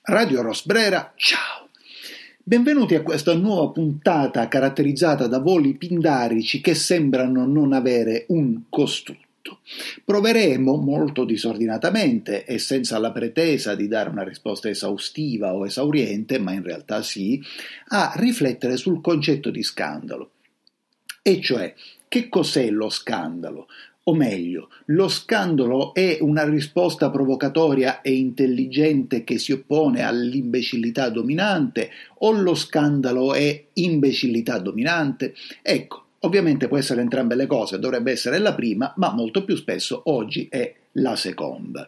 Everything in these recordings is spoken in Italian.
Radio Rosbrera, ciao! Benvenuti a questa nuova puntata caratterizzata da voli pindarici che sembrano non avere un costrutto. Proveremo, molto disordinatamente e senza la pretesa di dare una risposta esaustiva o esauriente, ma in realtà sì, a riflettere sul concetto di scandalo. E cioè, che cos'è lo scandalo? O meglio, lo scandalo è una risposta provocatoria e intelligente che si oppone all'imbecillità dominante o lo scandalo è imbecillità dominante? Ecco, ovviamente può essere entrambe le cose, dovrebbe essere la prima, ma molto più spesso oggi è la seconda.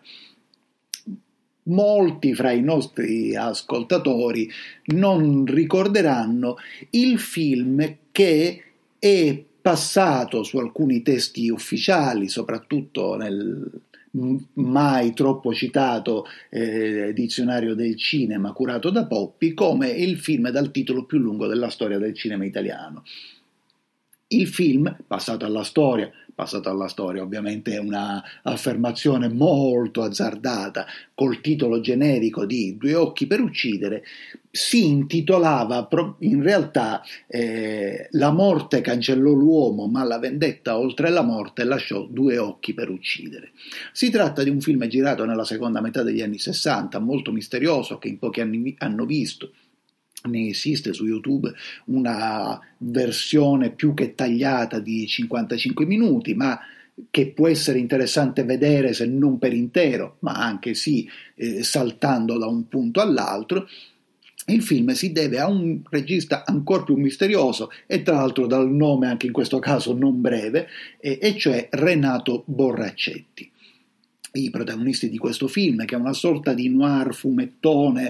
Molti fra i nostri ascoltatori non ricorderanno il film che è passato su alcuni testi ufficiali, soprattutto nel mai troppo citato dizionario del cinema curato da Poppi, come il film dal titolo più lungo della storia del cinema italiano. Il film, passato alla storia ovviamente è una affermazione molto azzardata, col titolo generico di Due occhi per uccidere, si intitolava in realtà La morte cancellò l'uomo, ma la vendetta oltre la morte lasciò due occhi per uccidere. Si tratta di un film girato nella seconda metà degli anni 60, molto misterioso, che in pochi anni hanno visto. Ne esiste su YouTube una versione più che tagliata di 55 minuti, ma che può essere interessante vedere se non per intero, ma anche sì, saltando da un punto all'altro. Il film si deve a un regista ancora più misterioso e tra l'altro dal nome anche in questo caso non breve, e cioè Renato Borraccetti. I protagonisti di questo film, che è una sorta di noir fumettone,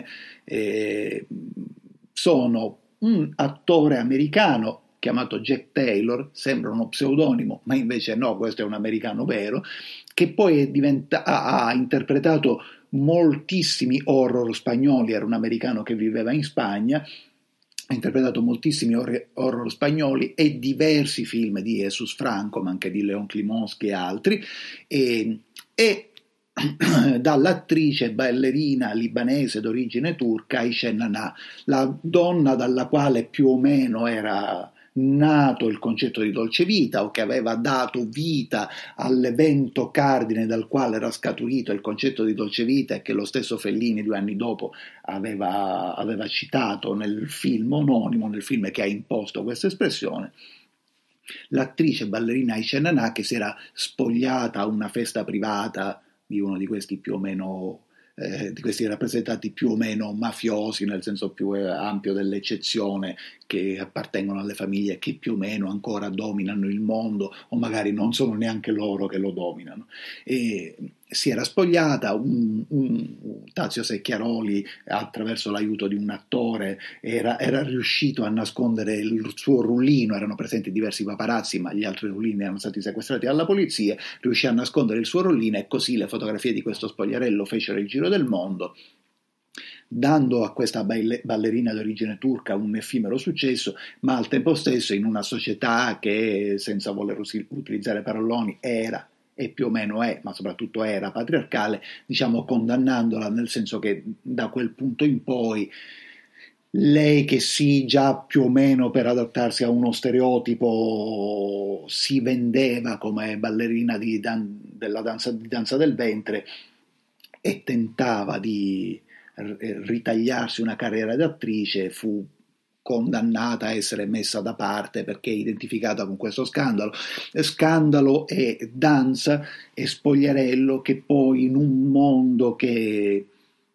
sono un attore americano chiamato Jack Taylor, sembra uno pseudonimo, ma invece no, questo è un americano vero, che poi ha interpretato moltissimi horror spagnoli, era un americano che viveva in Spagna, ha interpretato moltissimi horror spagnoli e diversi film di Jesus Franco, ma anche di Leon Klimovsky e altri, e dall'attrice ballerina libanese d'origine turca Aisha Nana, la donna dalla quale più o meno era nato il concetto di dolce vita o che aveva dato vita all'evento cardine dal quale era scaturito il concetto di dolce vita e che lo stesso Fellini 2 anni dopo aveva citato nel film omonimo, nel film che ha imposto questa espressione. L'attrice ballerina Aisha Nana, che si era spogliata a una festa privata di uno di questi più o meno di questi rappresentati più o meno mafiosi nel senso più ampio dell'eccezione, che appartengono alle famiglie che più o meno ancora dominano il mondo o magari non sono neanche loro che lo dominano, e si era spogliata. Tazio Secchiaroli, attraverso l'aiuto di un attore, era riuscito a nascondere il suo rullino, erano presenti diversi paparazzi ma gli altri rullini erano stati sequestrati dalla polizia, riuscì a nascondere il suo rullino e così le fotografie di questo spogliarello fecero il giro del mondo, dando a questa ballerina d'origine turca un effimero successo, ma al tempo stesso in una società che, senza voler utilizzare paroloni, era e più o meno è, ma soprattutto era patriarcale, diciamo condannandola, nel senso che da quel punto in poi lei, che sì, già più o meno per adattarsi a uno stereotipo si vendeva come ballerina della danza del ventre e tentava di ritagliarsi una carriera di attrice, fu condannata a essere messa da parte perché identificata con questo scandalo e danza e spogliarello, che poi in un mondo che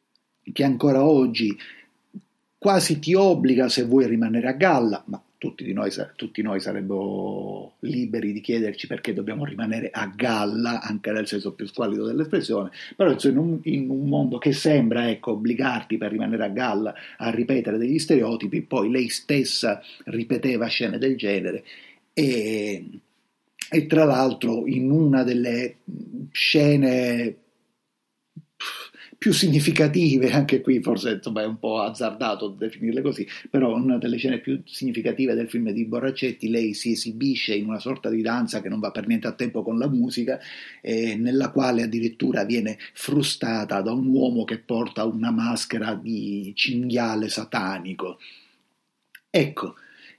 ancora oggi quasi ti obbliga, se vuoi, rimanere a galla, ma tutti noi sarebbero liberi di chiederci perché dobbiamo rimanere a galla, anche nel senso più squallido dell'espressione, però in un mondo che sembra obbligarti per rimanere a galla a ripetere degli stereotipi, poi lei stessa ripeteva scene del genere e tra l'altro in una delle scene più significative, anche qui forse insomma, è un po' azzardato definirle così, però una delle scene più significative del film di Borracetti, lei si esibisce in una sorta di danza che non va per niente a tempo con la musica, nella quale addirittura viene frustata da un uomo che porta una maschera di cinghiale satanico. Ecco,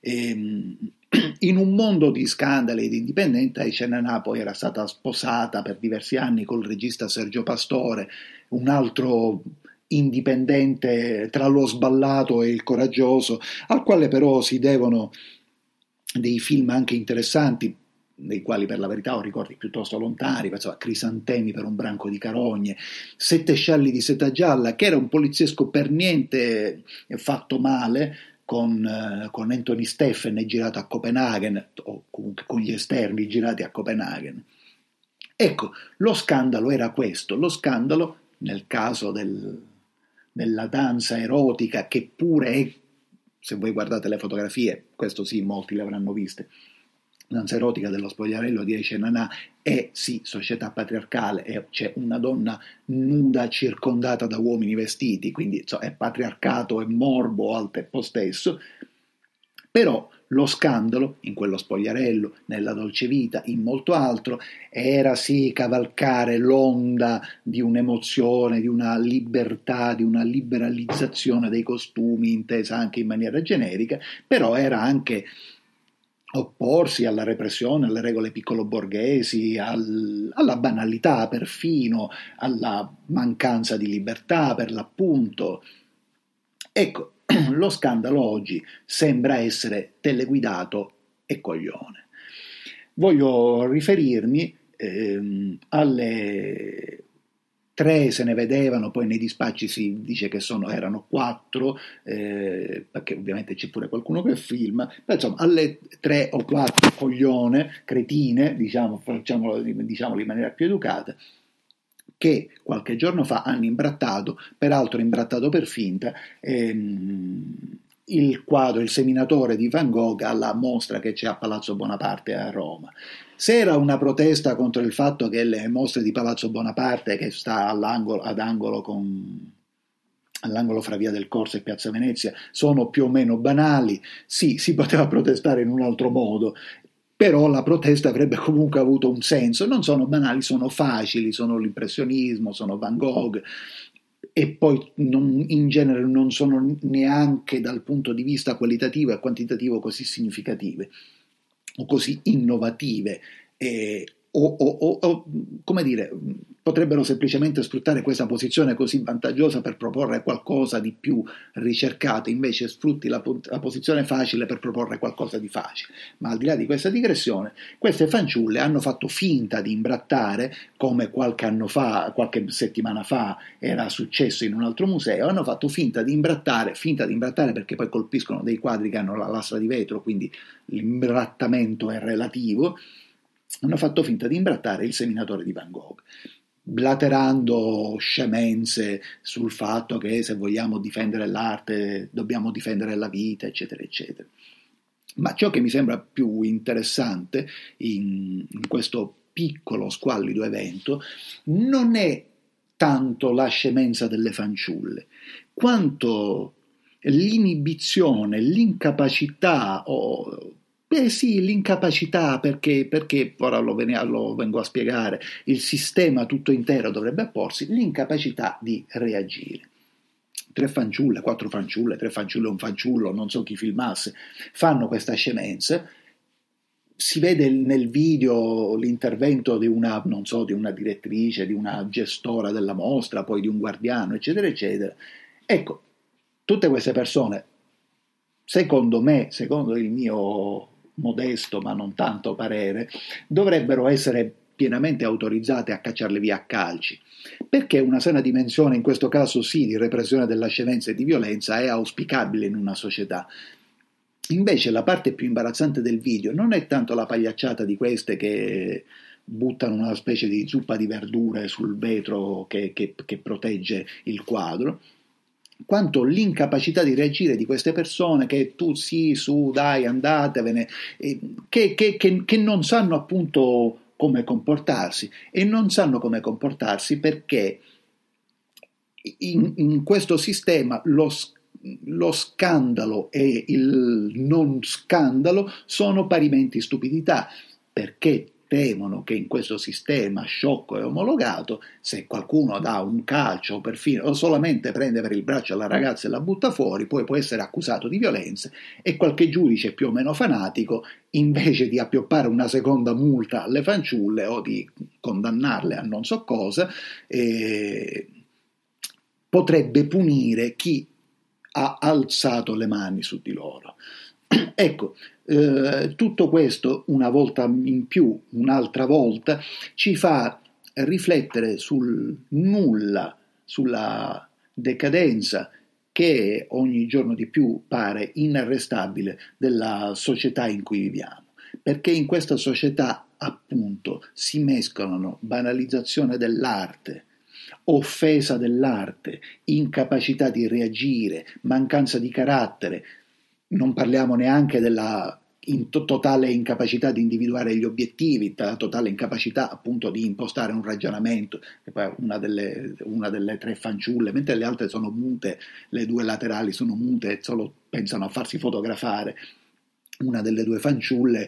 in un mondo di scandali e di indipendenza, Aisha Nana poi era stata sposata per diversi anni col regista Sergio Pastore, un altro indipendente tra lo sballato e il coraggioso, al quale però si devono dei film anche interessanti, dei quali per la verità ho ricordi piuttosto lontani, pensavo a Crisantemi per un branco di carogne, Sette scialli di seta gialla, che era un poliziesco per niente fatto male, con Anthony Steffen girato a Copenaghen, o comunque con gli esterni girati a Copenaghen. Ecco, lo scandalo era questo, lo scandalo nel caso della danza erotica, che pure è, se voi guardate le fotografie, questo sì, molti le avranno viste, danza erotica dello spogliarello di Aisha Nana è sì società patriarcale, e c'è una donna nuda circondata da uomini vestiti, quindi è patriarcato e morbo al tempo stesso, però lo scandalo in quello spogliarello, nella dolce vita, in molto altro, era sì cavalcare l'onda di un'emozione, di una libertà, di una liberalizzazione dei costumi intesa anche in maniera generica, però era anche opporsi alla repressione, alle regole piccolo-borghesi, alla banalità perfino, alla mancanza di libertà per l'appunto. Ecco, lo scandalo oggi sembra essere teleguidato e coglione. Voglio riferirmi alle 3 se ne vedevano, poi nei dispacci si dice che erano 4, perché ovviamente c'è pure qualcuno che filma, però insomma alle 3 o 4 coglione, cretine, diciamolo in maniera più educata, che qualche giorno fa hanno imbrattato, peraltro imbrattato per finta, il quadro Il seminatore di Van Gogh alla mostra che c'è a Palazzo Bonaparte a Roma. Se era una protesta contro il fatto che le mostre di Palazzo Bonaparte, che sta all'angolo fra Via del Corso e Piazza Venezia, sono più o meno banali, sì, si poteva protestare in un altro modo, però la protesta avrebbe comunque avuto un senso. Non sono banali, sono facili, sono l'impressionismo, sono Van Gogh, e poi in genere non sono neanche dal punto di vista qualitativo e quantitativo così significative o così innovative, o come dire, potrebbero semplicemente sfruttare questa posizione così vantaggiosa per proporre qualcosa di più ricercato, invece sfrutti la posizione facile per proporre qualcosa di facile. Ma al di là di questa digressione, queste fanciulle hanno fatto finta di imbrattare, come qualche settimana fa era successo in un altro museo, hanno fatto finta di imbrattare perché poi colpiscono dei quadri che hanno la lastra di vetro, quindi l'imbrattamento è relativo. Hanno fatto finta di imbrattare Il seminatore di Van Gogh, blaterando scemenze sul fatto che se vogliamo difendere l'arte dobbiamo difendere la vita, eccetera, eccetera. Ma ciò che mi sembra più interessante in questo piccolo, squallido evento non è tanto la scemenza delle fanciulle, quanto l'inibizione, l'incapacità l'incapacità, perché ora lo vengo a spiegare, il sistema tutto intero dovrebbe apporsi, l'incapacità di reagire. 3 fanciulle, 4 fanciulle, 3 fanciulle e un fanciullo, non so chi filmasse, fanno questa scemenza. Si vede nel video l'intervento di una direttrice, di una gestora della mostra, poi di un guardiano, eccetera, eccetera. Ecco, tutte queste persone, secondo me, secondo il mio modesto ma non tanto parere, dovrebbero essere pienamente autorizzate a cacciarle via a calci, perché una sana dimensione, in questo caso sì, di repressione della scemenza e di violenza è auspicabile in una società. Invece la parte più imbarazzante del video non è tanto la pagliacciata di queste che buttano una specie di zuppa di verdure sul vetro che protegge il quadro, quanto l'incapacità di reagire di queste persone che tu sì, su, dai, andatevene, che non sanno appunto come comportarsi, e non sanno come comportarsi perché In questo sistema lo scandalo e il non scandalo sono parimenti stupidità, perché temono che in questo sistema sciocco e omologato, se qualcuno dà un calcio perfino o solamente prende per il braccio la ragazza e la butta fuori, poi può essere accusato di violenza, e qualche giudice più o meno fanatico, invece di appioppare una seconda multa alle fanciulle o di condannarle a non so cosa, potrebbe punire chi ha alzato le mani su di loro. Ecco, tutto questo una volta in più, un'altra volta, ci fa riflettere sul nulla, sulla decadenza che ogni giorno di più pare inarrestabile della società in cui viviamo, perché in questa società appunto si mescolano banalizzazione dell'arte, offesa dell'arte, incapacità di reagire, mancanza di carattere. Non parliamo neanche della totale incapacità di individuare gli obiettivi, la totale incapacità appunto di impostare un ragionamento, che poi è una delle tre fanciulle, mentre le altre sono mute, le due laterali sono mute e solo pensano a farsi fotografare. Una delle due fanciulle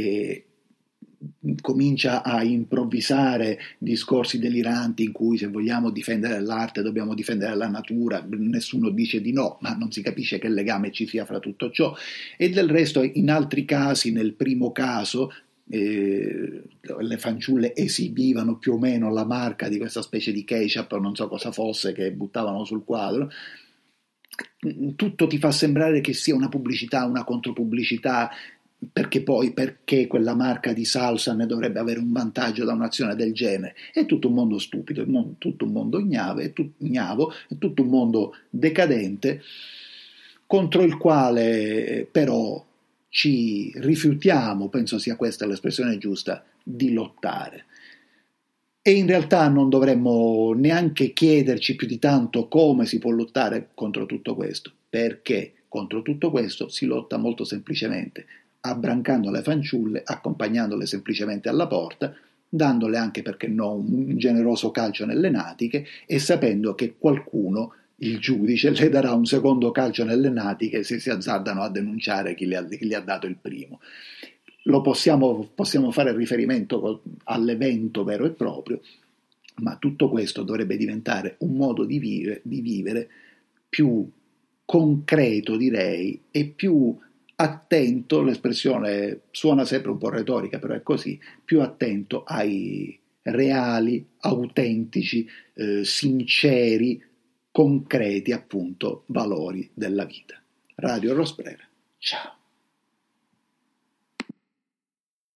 comincia a improvvisare discorsi deliranti in cui se vogliamo difendere l'arte dobbiamo difendere la natura, nessuno dice di no, ma non si capisce che legame ci sia fra tutto ciò. E del resto in altri casi, nel primo caso, le fanciulle esibivano più o meno la marca di questa specie di ketchup o non so cosa fosse che buttavano sul quadro. Tutto ti fa sembrare che sia una pubblicità, una contropubblicità, perché quella marca di salsa ne dovrebbe avere un vantaggio da un'azione del genere? È tutto un mondo stupido, tutto un mondo ignavo, è tutto un mondo decadente, contro il quale però ci rifiutiamo, penso sia questa l'espressione giusta, di lottare. E in realtà non dovremmo neanche chiederci più di tanto come si può lottare contro tutto questo, perché contro tutto questo si lotta molto semplicemente, abbrancando le fanciulle, accompagnandole semplicemente alla porta, dandole anche, perché no, un generoso calcio nelle natiche e sapendo che qualcuno, il giudice, le darà un secondo calcio nelle natiche se si azzardano a denunciare chi le ha dato il primo. Possiamo fare riferimento all'evento vero e proprio, ma tutto questo dovrebbe diventare un modo di vivere più concreto, direi, e più attento, l'espressione suona sempre un po' retorica, però è così, più attento ai reali, autentici, sinceri, concreti, appunto, valori della vita. Radio Rosbrera, ciao.